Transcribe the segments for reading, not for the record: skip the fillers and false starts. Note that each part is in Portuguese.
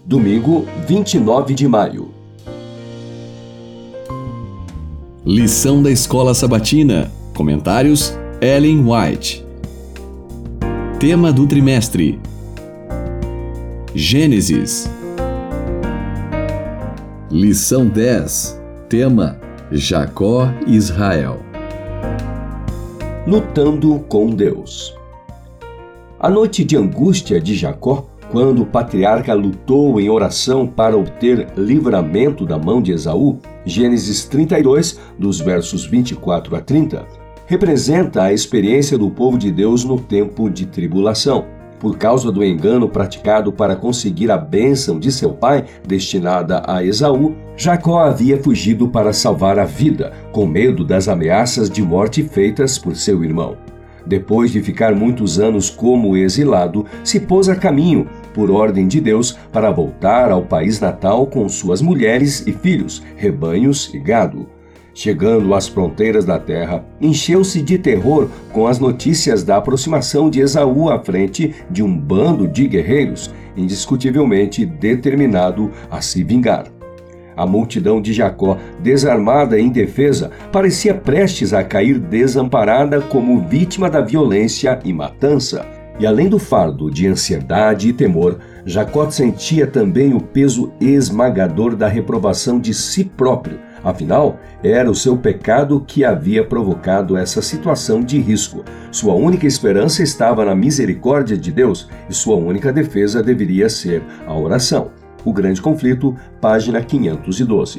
Domingo, 29 de maio. Lição da Escola Sabatina. Comentários: Ellen White. Tema do trimestre: Gênesis. Lição 10. Tema: Jacó e Israel. Lutando com Deus. A noite de angústia de Jacó, quando o patriarca lutou em oração para obter livramento da mão de Esaú, Gênesis 32, dos versos 24 a 30, representa a experiência do povo de Deus no tempo de tribulação. Por causa do engano praticado para conseguir a bênção de seu pai, destinada a Esaú, Jacó havia fugido para salvar a vida, com medo das ameaças de morte feitas por seu irmão. Depois de ficar muitos anos como exilado, se pôs a caminho, por ordem de Deus, para voltar ao país natal com suas mulheres e filhos, rebanhos e gado. Chegando às fronteiras da terra, encheu-se de terror com as notícias da aproximação de Esaú à frente de um bando de guerreiros, indiscutivelmente determinado a se vingar. A multidão de Jacó, desarmada e indefesa, parecia prestes a cair desamparada como vítima da violência e matança. E além do fardo de ansiedade e temor, Jacó sentia também o peso esmagador da reprovação de si próprio. Afinal, era o seu pecado que havia provocado essa situação de risco. Sua única esperança estava na misericórdia de Deus e sua única defesa deveria ser a oração. O Grande Conflito, página 512.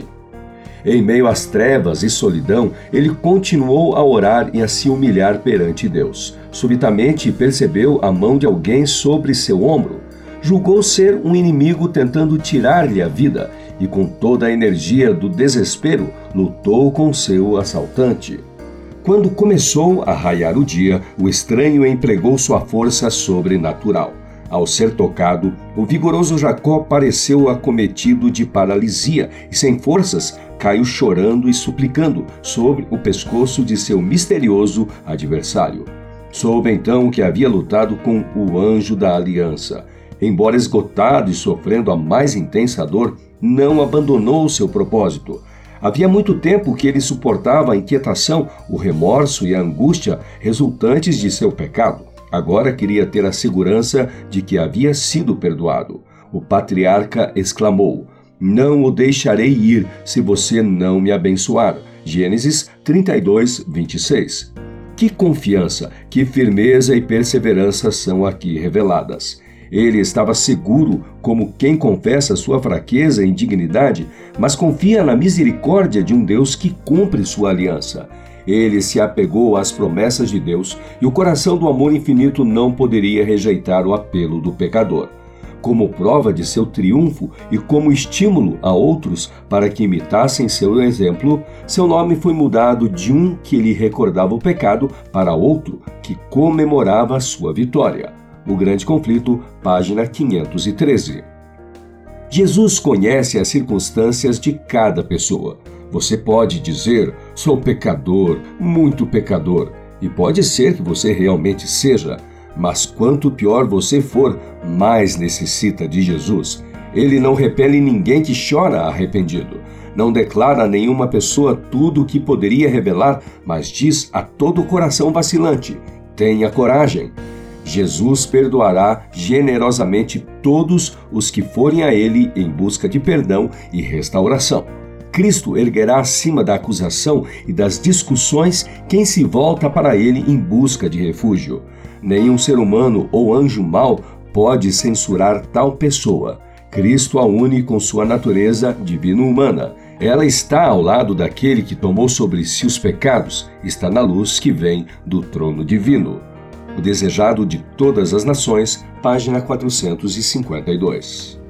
Em meio às trevas e solidão, ele continuou a orar e a se humilhar perante Deus. Subitamente percebeu a mão de alguém sobre seu ombro. Julgou ser um inimigo tentando tirar-lhe a vida e, com toda a energia do desespero, lutou com seu assaltante. Quando começou a raiar o dia, o estranho empregou sua força sobrenatural. Ao ser tocado, o vigoroso Jacó pareceu acometido de paralisia e, sem forças, caiu chorando e suplicando sobre o pescoço de seu misterioso adversário. Soube então que havia lutado com o anjo da aliança. Embora esgotado e sofrendo a mais intensa dor, não abandonou seu propósito. Havia muito tempo que ele suportava a inquietação, o remorso e a angústia resultantes de seu pecado. Agora queria ter a segurança de que havia sido perdoado. O patriarca exclamou: "Não o deixarei ir se você não me abençoar." Gênesis 32, 26. Que confiança, que firmeza e perseverança são aqui reveladas. Ele estava seguro como quem confessa sua fraqueza e indignidade, mas confia na misericórdia de um Deus que cumpre sua aliança. Ele se apegou às promessas de Deus e o coração do amor infinito não poderia rejeitar o apelo do pecador. Como prova de seu triunfo e como estímulo a outros para que imitassem seu exemplo, seu nome foi mudado de um que lhe recordava o pecado para outro que comemorava a sua vitória. O Grande Conflito, página 513. Jesus conhece as circunstâncias de cada pessoa. Você pode dizer: "Sou pecador, muito pecador", e pode ser que você realmente seja, mas quanto pior você for, mais necessita de Jesus. Ele não repele ninguém que chora arrependido. Não declara a nenhuma pessoa tudo o que poderia revelar, mas diz a todo o coração vacilante: tenha coragem. Jesus perdoará generosamente todos os que forem a Ele em busca de perdão e restauração. Cristo erguerá acima da acusação e das discussões quem se volta para Ele em busca de refúgio. Nenhum ser humano ou anjo mau pode censurar tal pessoa. Cristo a une com sua natureza divino-humana. Ela está ao lado daquele que tomou sobre si os pecados, está na luz que vem do trono divino. O Desejado de Todas as Nações, página 452.